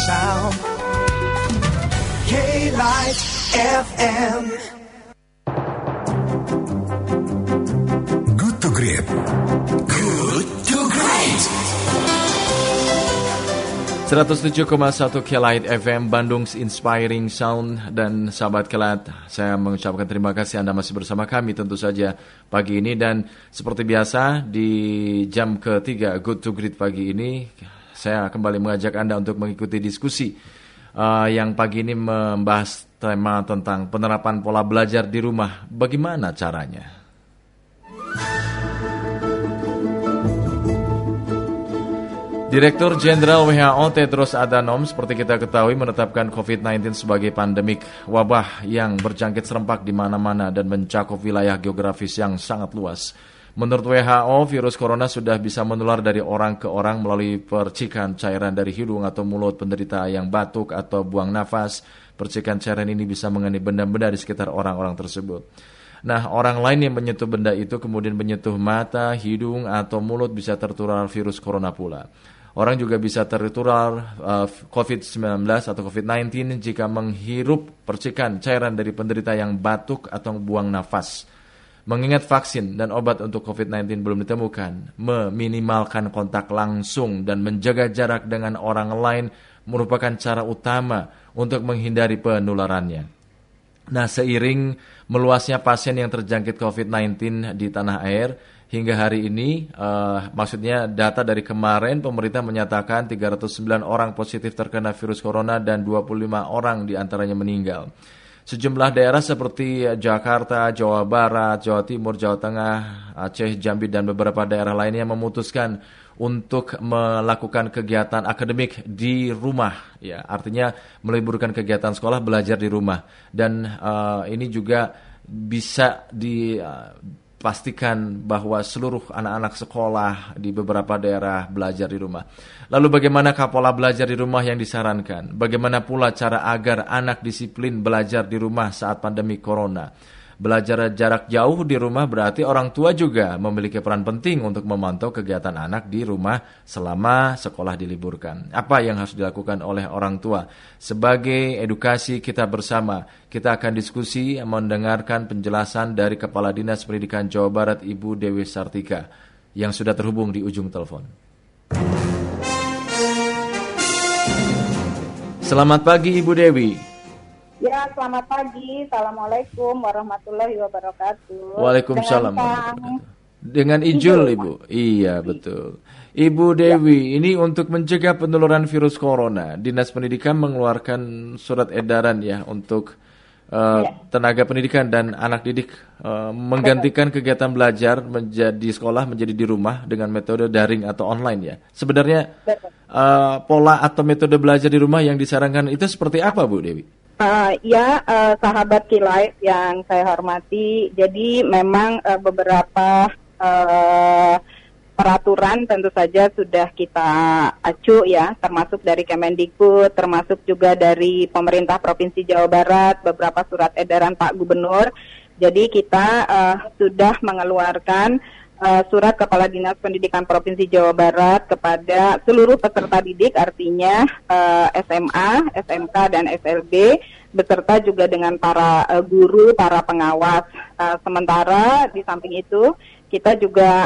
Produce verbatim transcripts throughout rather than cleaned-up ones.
sound. K-Light F M. Good to Great. Good to Great. seratus tujuh koma satu K-Light F M, Bandung's Inspiring Sound. Dan sahabat K-Light, saya mengucapkan terima kasih Anda masih bersama kami tentu saja pagi ini. Dan seperti biasa di jam ketiga Good to Great pagi ini, saya kembali mengajak Anda untuk mengikuti diskusi uh, yang pagi ini membahas tema tentang penerapan pola belajar di rumah. Bagaimana caranya? Direktur Jenderal W H O Tedros Adhanom seperti kita ketahui menetapkan covid sembilan belas sebagai pandemik wabah yang berjangkit serempak di mana-mana dan mencakup wilayah geografis yang sangat luas. Menurut W H O, virus corona sudah bisa menular dari orang ke orang melalui percikan cairan dari hidung atau mulut penderita yang batuk atau buang nafas. Percikan cairan ini bisa mengenai benda-benda di sekitar orang-orang tersebut. Nah, orang lain yang menyentuh benda itu kemudian menyentuh mata, hidung, atau mulut bisa tertular virus corona pula. Orang juga bisa tertular uh, covid sembilan belas atau covid sembilan belas jika menghirup percikan cairan dari penderita yang batuk atau buang nafas. Mengingat vaksin dan obat untuk covid sembilan belas belum ditemukan, meminimalkan kontak langsung dan menjaga jarak dengan orang lain merupakan cara utama untuk menghindari penularannya. Nah, seiring meluasnya pasien yang terjangkit covid sembilan belas di tanah air, hingga hari ini, uh, maksudnya data dari kemarin, pemerintah menyatakan tiga ratus sembilan orang positif terkena virus corona dan dua puluh lima orang diantaranya meninggal. Sejumlah daerah seperti Jakarta, Jawa Barat, Jawa Timur, Jawa Tengah, Aceh, Jambi, dan beberapa daerah lainnya memutuskan untuk melakukan kegiatan akademik di rumah. Ya, artinya meliburkan kegiatan sekolah, belajar di rumah. Dan uh, ini juga bisa di... Uh, pastikan bahwa seluruh anak-anak sekolah di beberapa daerah belajar di rumah. Lalu bagaimanakah pola belajar di rumah yang disarankan? Bagaimana pula cara agar anak disiplin belajar di rumah saat pandemi corona? Belajar jarak jauh di rumah berarti orang tua juga memiliki peran penting untuk memantau kegiatan anak di rumah selama sekolah diliburkan. Apa yang harus dilakukan oleh orang tua? Sebagai edukasi kita bersama, kita akan diskusi mendengarkan penjelasan dari Kepala Dinas Pendidikan Jawa Barat Ibu Dewi Sartika yang sudah terhubung di ujung telepon. Selamat pagi Ibu Dewi. Ya, selamat pagi. Assalamualaikum warahmatullahi wabarakatuh. Waalaikumsalam. Dengan, Dengan Ijul, Ibu. Iya, betul. Ibu Dewi, ya. Ini untuk mencegah penularan virus corona, Dinas Pendidikan mengeluarkan surat edaran ya untuk uh, ya. tenaga pendidikan dan anak didik uh, menggantikan betul. kegiatan belajar menjadi sekolah menjadi di rumah dengan metode daring atau online ya. Sebenarnya uh, pola atau metode belajar di rumah yang disarankan itu seperti apa, Bu Dewi? Uh, ya, uh, sahabat K-Light yang saya hormati, jadi memang uh, beberapa uh, peraturan tentu saja sudah kita acu ya, termasuk dari Kemendikbud, termasuk juga dari pemerintah Provinsi Jawa Barat, beberapa surat edaran Pak Gubernur. Jadi kita uh, sudah mengeluarkan uh, surat Kepala Dinas Pendidikan Provinsi Jawa Barat kepada seluruh peserta didik, artinya uh, S M A, S M K, dan S L B, beserta juga dengan para uh, guru, para pengawas. Uh, sementara di samping itu, kita juga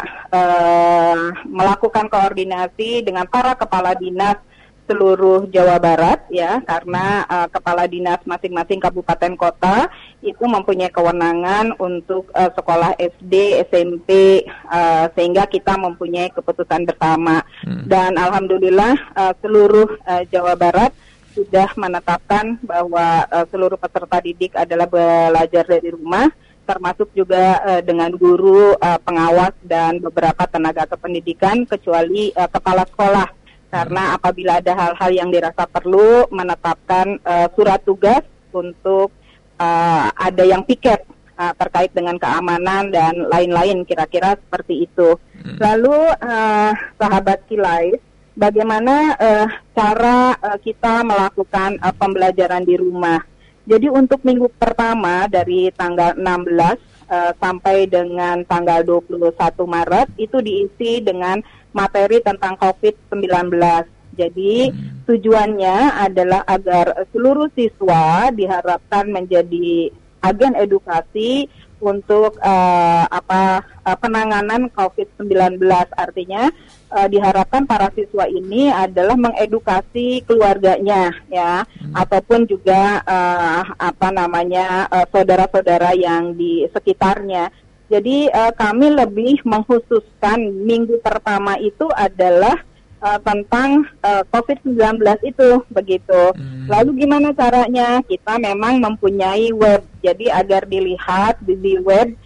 uh, melakukan koordinasi dengan para kepala dinas seluruh Jawa Barat ya, karena uh, kepala dinas masing-masing kabupaten kota itu mempunyai kewenangan untuk uh, sekolah S D, S M P, uh, sehingga kita mempunyai keputusan bersama. Hmm. Dan alhamdulillah uh, seluruh uh, Jawa Barat sudah menetapkan bahwa uh, seluruh peserta didik adalah belajar dari rumah, termasuk juga uh, dengan guru, uh, pengawas, dan beberapa tenaga kependidikan, kecuali uh, kepala sekolah. Karena apabila ada hal-hal yang dirasa perlu, menetapkan uh, surat tugas untuk uh, ada yang piket uh, terkait dengan keamanan dan lain-lain, kira-kira seperti itu. Hmm. Lalu uh, sahabat K-Light, bagaimana uh, cara uh, kita melakukan uh, pembelajaran di rumah? Jadi untuk minggu pertama dari tanggal enam belas uh, sampai dengan tanggal dua puluh satu Maret itu diisi dengan materi tentang covid sembilan belas. Jadi tujuannya adalah agar seluruh siswa diharapkan menjadi agen edukasi untuk uh, apa uh, penanganan covid sembilan belas. Artinya uh, diharapkan para siswa ini adalah mengedukasi keluarganya ya, hmm. ataupun juga uh, apa namanya uh, saudara-saudara yang di sekitarnya. Jadi uh, kami lebih mengkhususkan minggu pertama itu adalah Uh, tentang uh, covid sembilan belas itu begitu. Hmm. Lalu gimana caranya? Kita memang mempunyai web, jadi agar dilihat di, di web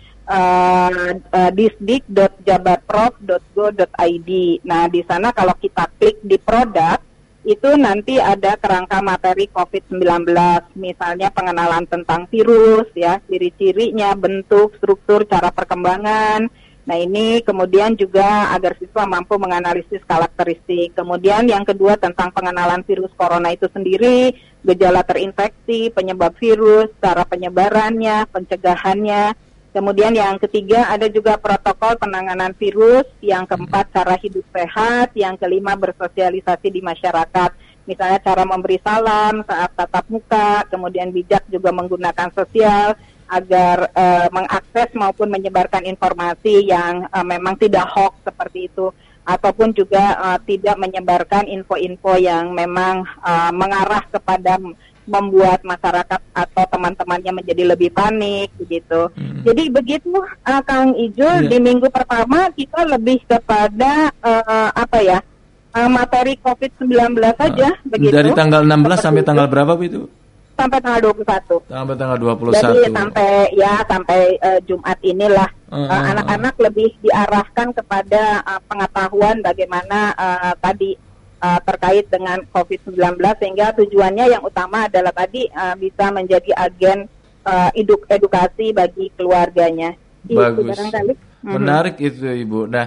uh, uh, disdik dot jabarprof dot go dot i d. Nah di sana kalau kita klik di produk itu nanti ada kerangka materi covid sembilan belas, misalnya pengenalan tentang virus ya, ciri-cirinya, bentuk, struktur, cara perkembangan. Nah ini kemudian juga agar siswa mampu menganalisis karakteristik. Kemudian yang kedua tentang pengenalan virus corona itu sendiri, gejala terinfeksi, penyebab virus, cara penyebarannya, pencegahannya. Kemudian yang ketiga ada juga protokol penanganan virus. Yang keempat cara hidup sehat. Yang kelima bersosialisasi di masyarakat. Misalnya cara memberi salam saat tatap muka, kemudian bijak juga menggunakan sosial agar uh, mengakses maupun menyebarkan informasi yang uh, memang tidak hoax seperti itu, ataupun juga uh, tidak menyebarkan info-info yang memang uh, mengarah kepada membuat masyarakat atau teman-temannya menjadi lebih panik begitu. Hmm. Jadi begitu uh, Kang Ijul, yeah. Di minggu pertama kita lebih kepada uh, apa ya uh, materi covid sembilan belas saja uh, begitu. Dari tanggal enam belas sampai tanggal berapa Bu itu? Sampai tanggal dua puluh satu. Sampai tanggal dua puluh satu. Jadi sampai ya sampai uh, Jumat inilah uh, uh, anak-anak uh. lebih diarahkan kepada uh, pengetahuan bagaimana uh, tadi uh, terkait dengan covid sembilan belas, sehingga tujuannya yang utama adalah tadi uh, bisa menjadi agen uh, eduk edukasi bagi keluarganya. Bagus. Itu menarik mm-hmm. itu Ibu. Nah,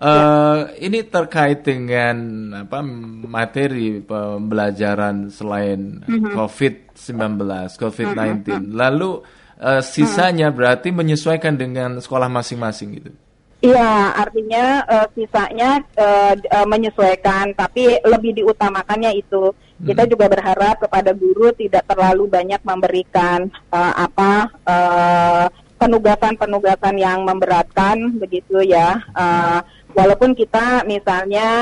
Uh, ya. Ini terkait dengan apa materi pembelajaran selain mm-hmm. covid sembilan belas, covid sembilan belas. Mm-hmm. Lalu uh, sisanya mm-hmm. berarti menyesuaikan dengan sekolah masing-masing gitu. Iya, artinya uh, sisanya uh, uh, menyesuaikan, tapi lebih diutamakannya itu. Kita hmm. juga berharap kepada guru tidak terlalu banyak memberikan uh, apa uh, penugasan-penugasan yang memberatkan begitu ya. Uh, Walaupun kita misalnya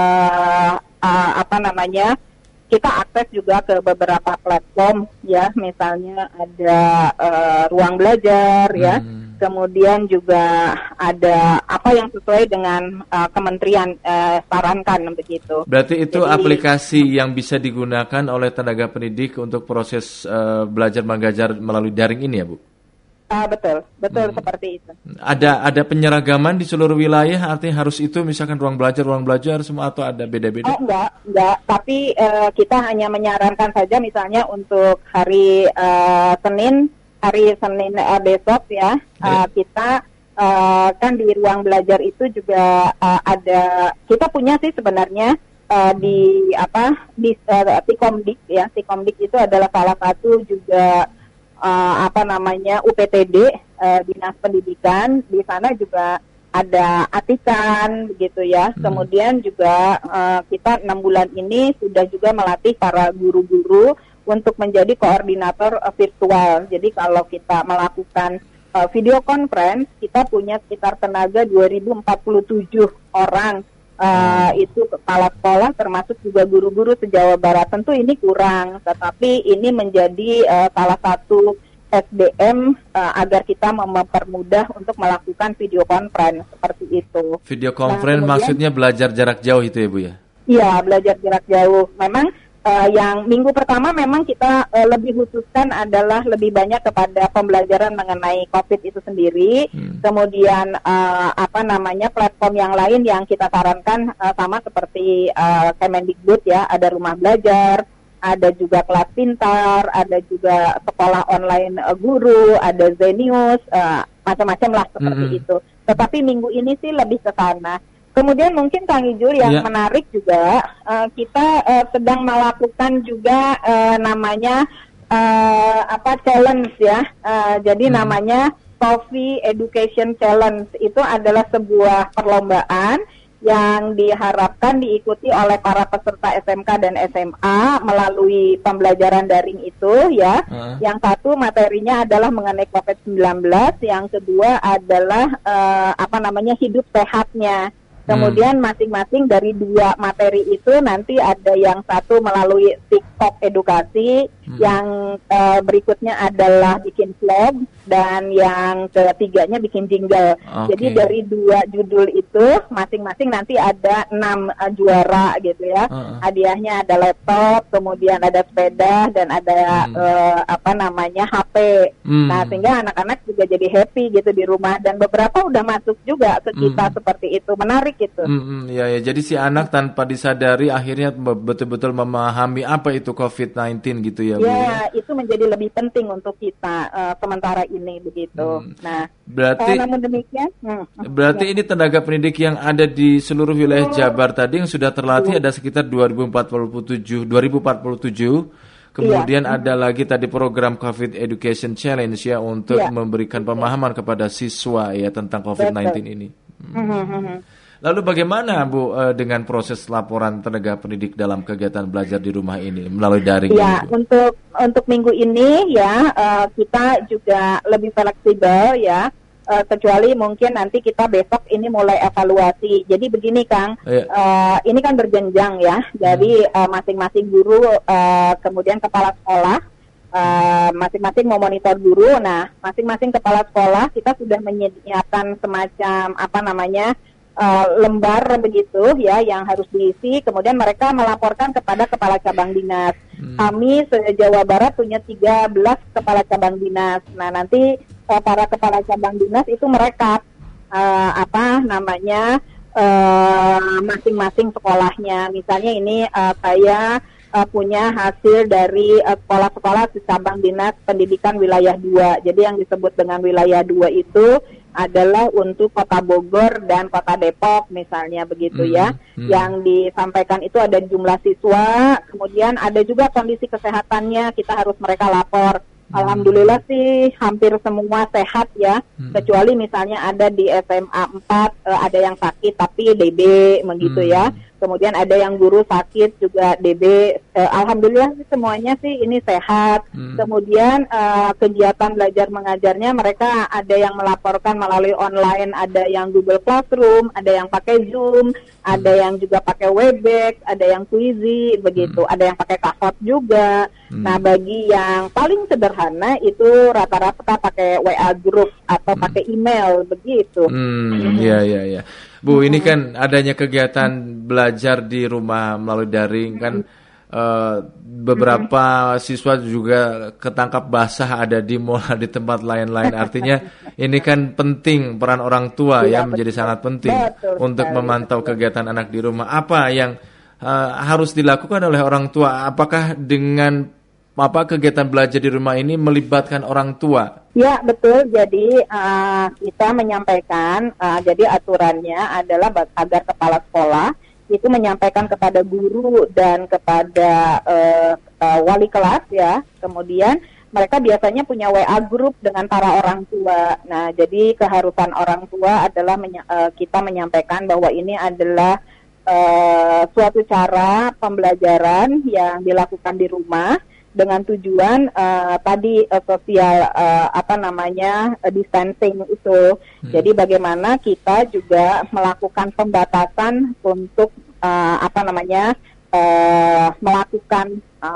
uh, uh, apa namanya kita akses juga ke beberapa platform ya, misalnya ada uh, ruang belajar ya, hmm. kemudian juga ada apa yang sesuai dengan uh, kementerian uh, sarankan begitu. Berarti itu Jadi, aplikasi yang bisa digunakan oleh tenaga pendidik untuk proses uh, belajar mengajar melalui daring ini ya Bu? Uh, betul, betul hmm. seperti itu. Ada ada penyeragaman di seluruh wilayah, artinya harus itu misalkan ruang belajar, ruang belajar semua atau ada beda-beda? Oh enggak, enggak. Tapi uh, kita hanya menyarankan saja misalnya untuk hari uh, Senin, hari Senin uh, besok ya, uh, kita uh, kan di ruang belajar itu juga uh, ada, kita punya sih sebenarnya uh, di apa di uh, Tikomdik ya, Tikomdik itu adalah salah satu juga Uh, apa namanya U P T D uh, Dinas Pendidikan. Di sana juga ada atikan begitu ya. Hmm. Kemudian juga uh, kita enam bulan ini sudah juga melatih para guru-guru untuk menjadi koordinator uh, virtual. Jadi kalau kita melakukan uh, video conference, kita punya sekitar tenaga dua ribu empat puluh tujuh orang. Uh, itu kepala sekolah termasuk juga guru-guru se-Jawa Barat. Tentu ini kurang, tetapi ini menjadi uh, salah satu S D M uh, agar kita mempermudah untuk melakukan video conference seperti itu. Video conference nah, maksudnya belajar jarak jauh itu ya Bu ya? Iya, belajar jarak jauh. Memang uh, yang minggu pertama memang kita uh, lebih khususkan adalah lebih banyak kepada pembelajaran mengenai COVID itu sendiri. Hmm. Kemudian uh, apa namanya platform yang lain yang kita sarankan uh, sama seperti uh, Kemendikbud ya, ada rumah belajar, ada juga kelas pintar, ada juga sekolah online uh, guru, ada Zenius, uh, macam-macam lah seperti hmm. itu. Tetapi minggu ini sih lebih ke sana. Kemudian mungkin Kang Ijul yang yeah. menarik juga uh, kita uh, sedang melakukan juga uh, namanya uh, apa challenge ya. Uh, jadi hmm. namanya Coffee Education Challenge. Itu adalah sebuah perlombaan yang diharapkan diikuti oleh para peserta S M K dan S M A melalui pembelajaran daring itu ya. Uh. Yang satu materinya adalah mengenai covid sembilan belas, yang kedua adalah uh, apa namanya hidup sehatnya. Kemudian hmm. masing-masing dari dua materi itu nanti ada yang satu melalui TikTok edukasi, hmm. yang uh, berikutnya adalah bikin vlog, dan yang ketiganya bikin jingle. Okay. Jadi dari dua judul itu masing-masing nanti ada enam uh, juara gitu ya. Uh-uh. Hadiahnya ada laptop, kemudian ada sepeda, dan ada hmm. uh, apa namanya H P. Hmm. Nah sehingga anak-anak juga jadi happy gitu di rumah, dan beberapa udah masuk juga ke kita hmm. seperti itu. Menarik gitu. Hmm, ya, ya. Jadi si anak tanpa disadari akhirnya betul-betul memahami apa itu covid sembilan belas gitu ya, Bu. Ya, itu menjadi lebih penting untuk kita uh, sementara ini begitu. Hmm. Nah, berarti uh, namun demikian, hmm, berarti ya. Ini tenaga pendidik yang ada di seluruh wilayah Jabar tadi yang sudah terlatih ya. Ada sekitar dua ribu empat puluh tujuh. Kemudian ya. Ada lagi tadi program COVID Education Challenge ya untuk ya. Memberikan pemahaman kepada siswa ya tentang covid sembilan belas ini. Hmm. Hmm, hmm, hmm. Lalu bagaimana Bu dengan proses laporan tenaga pendidik dalam kegiatan belajar di rumah ini melalui daring? Ya, ini, untuk untuk minggu ini ya uh, kita juga lebih fleksibel ya, uh, kecuali mungkin nanti kita besok ini mulai evaluasi. Jadi begini Kang, ya. uh, ini kan berjenjang ya, jadi uh, masing-masing guru uh, kemudian kepala sekolah uh, masing-masing memonitor guru. Nah, masing-masing kepala sekolah kita sudah menyiapkan semacam apa namanya Uh, lembar begitu ya yang harus diisi, kemudian mereka melaporkan kepada kepala cabang dinas. Hmm. Kami se-Jawa Barat punya tiga belas kepala cabang dinas. Nah nanti uh, para kepala cabang dinas itu merekap uh, apa namanya uh, masing-masing sekolahnya. Misalnya ini uh, saya uh, punya hasil dari uh, sekolah-sekolah di cabang dinas pendidikan wilayah dua. Jadi yang disebut dengan wilayah dua itu adalah untuk Kota Bogor dan Kota Depok misalnya begitu hmm, ya. Hmm. Yang disampaikan itu ada jumlah siswa, kemudian ada juga kondisi kesehatannya, kita harus mereka lapor. Hmm. Alhamdulillah sih hampir semua sehat ya, hmm. kecuali misalnya ada di S M A empat uh, ada yang sakit tapi D B begitu hmm. ya. Kemudian ada yang guru sakit juga D B. Eh, Alhamdulillah sih semuanya sih ini sehat. Hmm. Kemudian uh, kegiatan belajar mengajarnya mereka ada yang melaporkan melalui online, ada yang Google Classroom, ada yang pakai Zoom, hmm. ada yang juga pakai Webex, ada yang Quizy begitu, hmm. ada yang pakai Kahoot juga. Hmm. Nah bagi yang paling sederhana itu rata-rata pakai W A group atau hmm. pakai email begitu. Hmm, iya iya iya. Bu, ini kan adanya kegiatan belajar di rumah melalui daring kan, uh, beberapa siswa juga ketangkap basah ada di mall, di tempat lain-lain. Artinya ini kan penting peran orang tua ya, menjadi sangat penting untuk memantau kegiatan anak di rumah. Apa yang uh, harus dilakukan oleh orang tua? Apakah dengan apa kegiatan belajar di rumah ini melibatkan orang tua? Ya betul, jadi uh, kita menyampaikan, uh, jadi aturannya adalah agar kepala sekolah itu menyampaikan kepada guru dan kepada uh, uh, wali kelas ya, kemudian mereka biasanya punya W A group dengan para orang tua. Nah jadi keharusan orang tua adalah menya- uh, kita menyampaikan bahwa ini adalah uh, suatu cara pembelajaran yang dilakukan di rumah, dengan tujuan uh, tadi uh, sosial uh, apa namanya uh, distancing itu. Hmm. Jadi bagaimana kita juga melakukan pembatasan untuk uh, apa namanya uh, melakukan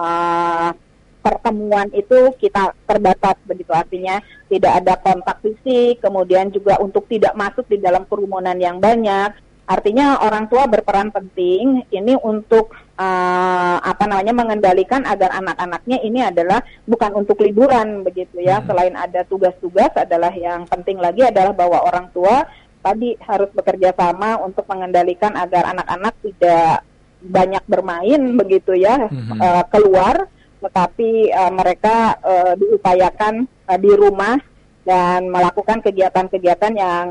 uh, pertemuan itu kita terbatas begitu, artinya tidak ada kontak fisik, kemudian juga untuk tidak masuk di dalam kerumunan yang banyak. Artinya orang tua berperan penting ini untuk uh, apa namanya mengendalikan agar anak-anaknya ini adalah bukan untuk liburan begitu ya. Hmm. Selain ada tugas-tugas, adalah yang penting lagi adalah bahwa orang tua tadi harus bekerja sama untuk mengendalikan agar anak-anak tidak banyak bermain begitu ya, hmm. uh, keluar, tetapi uh, mereka uh, diupayakan uh, di rumah dan melakukan kegiatan-kegiatan yang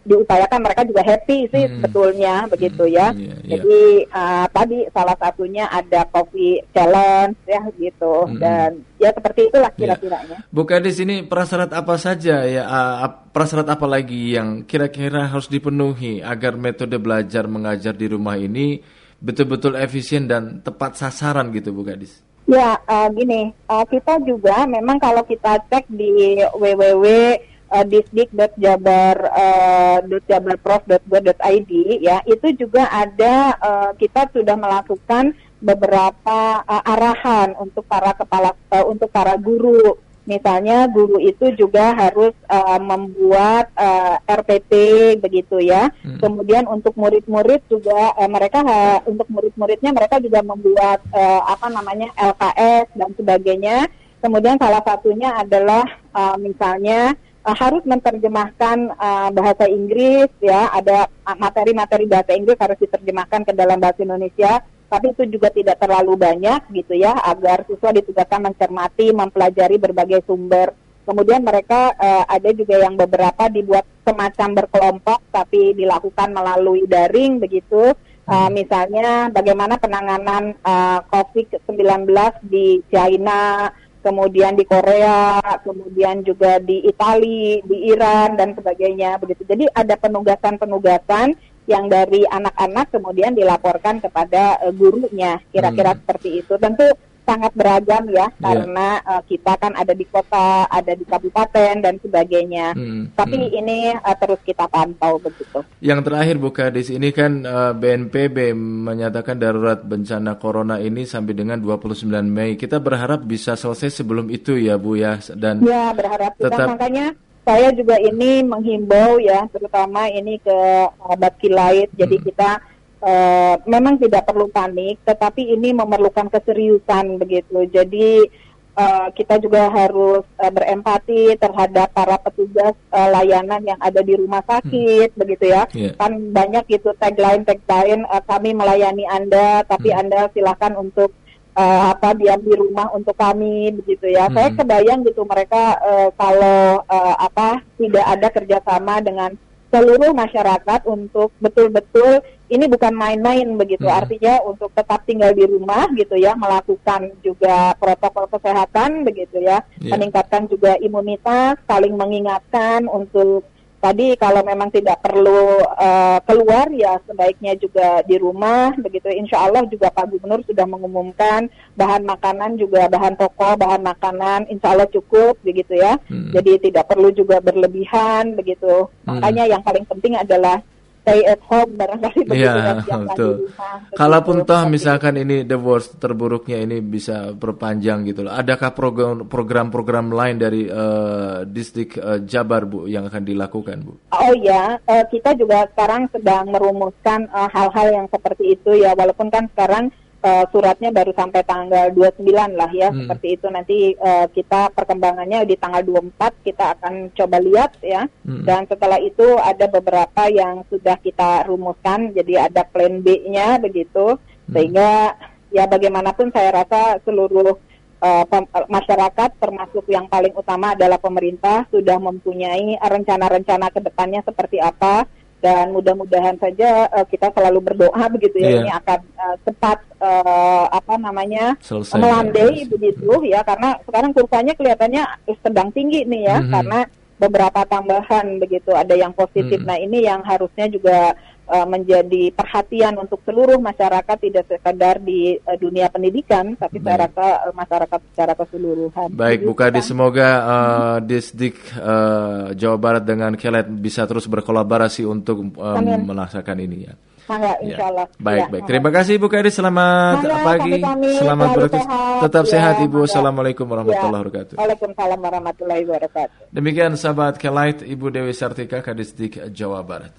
diupayakan mereka juga happy sih hmm. sebetulnya begitu hmm. ya. Yeah, yeah. Jadi uh, tadi salah satunya ada coffee challenge ya gitu hmm. dan ya seperti itulah kira-kiranya. Yeah. Bu Kadis, ini prasyarat apa saja ya uh, prasyarat apa lagi yang kira-kira harus dipenuhi agar metode belajar mengajar di rumah ini betul-betul efisien dan tepat sasaran gitu Bu Kadis? Ya uh, gini, uh, kita juga memang kalau kita cek di w w w titik disdik titik jabar titik jabarprof titik go titik i d ya, itu juga ada uh, kita sudah melakukan beberapa uh, arahan untuk para kepala uh, untuk para guru. Misalnya guru itu juga harus uh, membuat uh, R P T begitu ya. Hmm. Kemudian untuk murid-murid juga uh, mereka uh, untuk murid-muridnya mereka juga membuat uh, apa namanya L K S dan sebagainya. Kemudian salah satunya adalah uh, misalnya uh, harus menerjemahkan uh, bahasa Inggris ya, ada materi-materi bahasa Inggris harus diterjemahkan ke dalam bahasa Indonesia. Tapi itu juga tidak terlalu banyak gitu ya, agar siswa ditugaskan mencermati, mempelajari berbagai sumber. Kemudian mereka uh, ada juga yang beberapa dibuat semacam berkelompok, tapi dilakukan melalui daring begitu. Uh, misalnya bagaimana penanganan uh, covid sembilan belas di China, kemudian di Korea, kemudian juga di Italia, di Iran, dan sebagainya begitu. Jadi ada penugasan-penugasan yang dari anak-anak kemudian dilaporkan kepada uh, gurunya, kira-kira hmm. seperti itu. Tentu sangat beragam ya, yeah. karena uh, kita kan ada di kota, ada di kabupaten dan sebagainya. Hmm. Tapi hmm. ini uh, terus kita pantau begitu. Yang terakhir Bu Kadis, ini kan uh, B N P B menyatakan darurat bencana corona ini sampai dengan dua puluh sembilan Mei. Kita berharap bisa selesai sebelum itu ya Bu ya, dan ya berharap kita tetap... makanya saya juga ini menghimbau ya, terutama ini ke sahabat Kilait. Jadi hmm. kita uh, memang tidak perlu panik, tetapi ini memerlukan keseriusan begitu. Jadi uh, kita juga harus uh, berempati terhadap para petugas uh, layanan yang ada di rumah sakit, hmm. begitu ya. Yeah. Kan banyak itu tagline-tagline uh, kami melayani Anda, tapi hmm. Anda silakan untuk Uh, apa diam di rumah untuk kami begitu ya. Hmm. Saya kebayang gitu mereka uh, kalau uh, apa tidak ada kerjasama dengan seluruh masyarakat untuk betul-betul ini bukan main-main begitu. Hmm. Artinya untuk tetap tinggal di rumah gitu ya, melakukan juga protokol kesehatan begitu ya, yeah. meningkatkan juga imunitas, saling mengingatkan untuk tadi kalau memang tidak perlu uh, keluar ya sebaiknya juga di rumah begitu. Insya Allah juga Pak Gubernur sudah mengumumkan bahan makanan juga bahan pokok, bahan makanan Insya Allah cukup begitu ya. Hmm. Jadi tidak perlu juga berlebihan begitu. Hmm. Makanya yang paling penting adalah stay at home barangkali begitu. Iya, betul. Kalaupun toh misalkan ini the worst, terburuknya ini bisa berpanjang gitu loh. Adakah program program-program lain dari uh, distrik uh, Jabar Bu yang akan dilakukan Bu? Oh ya, uh, kita juga sekarang sedang merumuskan uh, hal-hal yang seperti itu ya, walaupun kan sekarang Uh, suratnya baru sampai tanggal dua puluh sembilan lah ya, hmm. seperti itu. Nanti uh, kita perkembangannya di tanggal dua puluh empat kita akan coba lihat ya, hmm. dan setelah itu ada beberapa yang sudah kita rumuskan, jadi ada plan B-nya begitu, hmm. sehingga ya bagaimanapun saya rasa seluruh uh, pem- masyarakat termasuk yang paling utama adalah pemerintah sudah mempunyai rencana-rencana ke depannya seperti apa. Dan mudah-mudahan saja uh, kita selalu berdoa begitu ya, yeah. ini akan uh, cepat uh, apa namanya selesai, melandai ya. begitu ya, karena sekarang kurvanya kelihatannya sedang tinggi nih ya, mm-hmm. karena beberapa tambahan begitu ada yang positif. Mm-hmm. Nah ini yang harusnya juga uh, menjadi perhatian untuk seluruh masyarakat, tidak sekadar di uh, dunia pendidikan, tapi Baik. saya rasa uh, masyarakat secara keseluruhan. Baik, Bu Kadis, semoga uh, Disdik uh, Jawa Barat dengan Kilait bisa terus berkolaborasi untuk um, melaksanakan ini ya. Mangga, insya Allah. Ya. Baik, ya, baik. Terima kasih Bu Kadis, selamat Mangga, pagi, kami-kami, selamat beraktivitas, tetap ya, sehat Ibu. Mangga. Assalamualaikum warahmatullahi ya. wabarakatuh. Waalaikumsalam warahmatullahi wabarakatuh. Demikian sahabat Kilait, Ibu Dewi Sartika, Kadisdik Jawa Barat.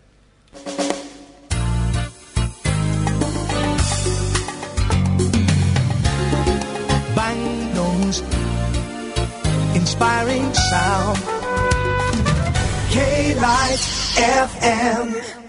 Inspiring sound. K-Light F M.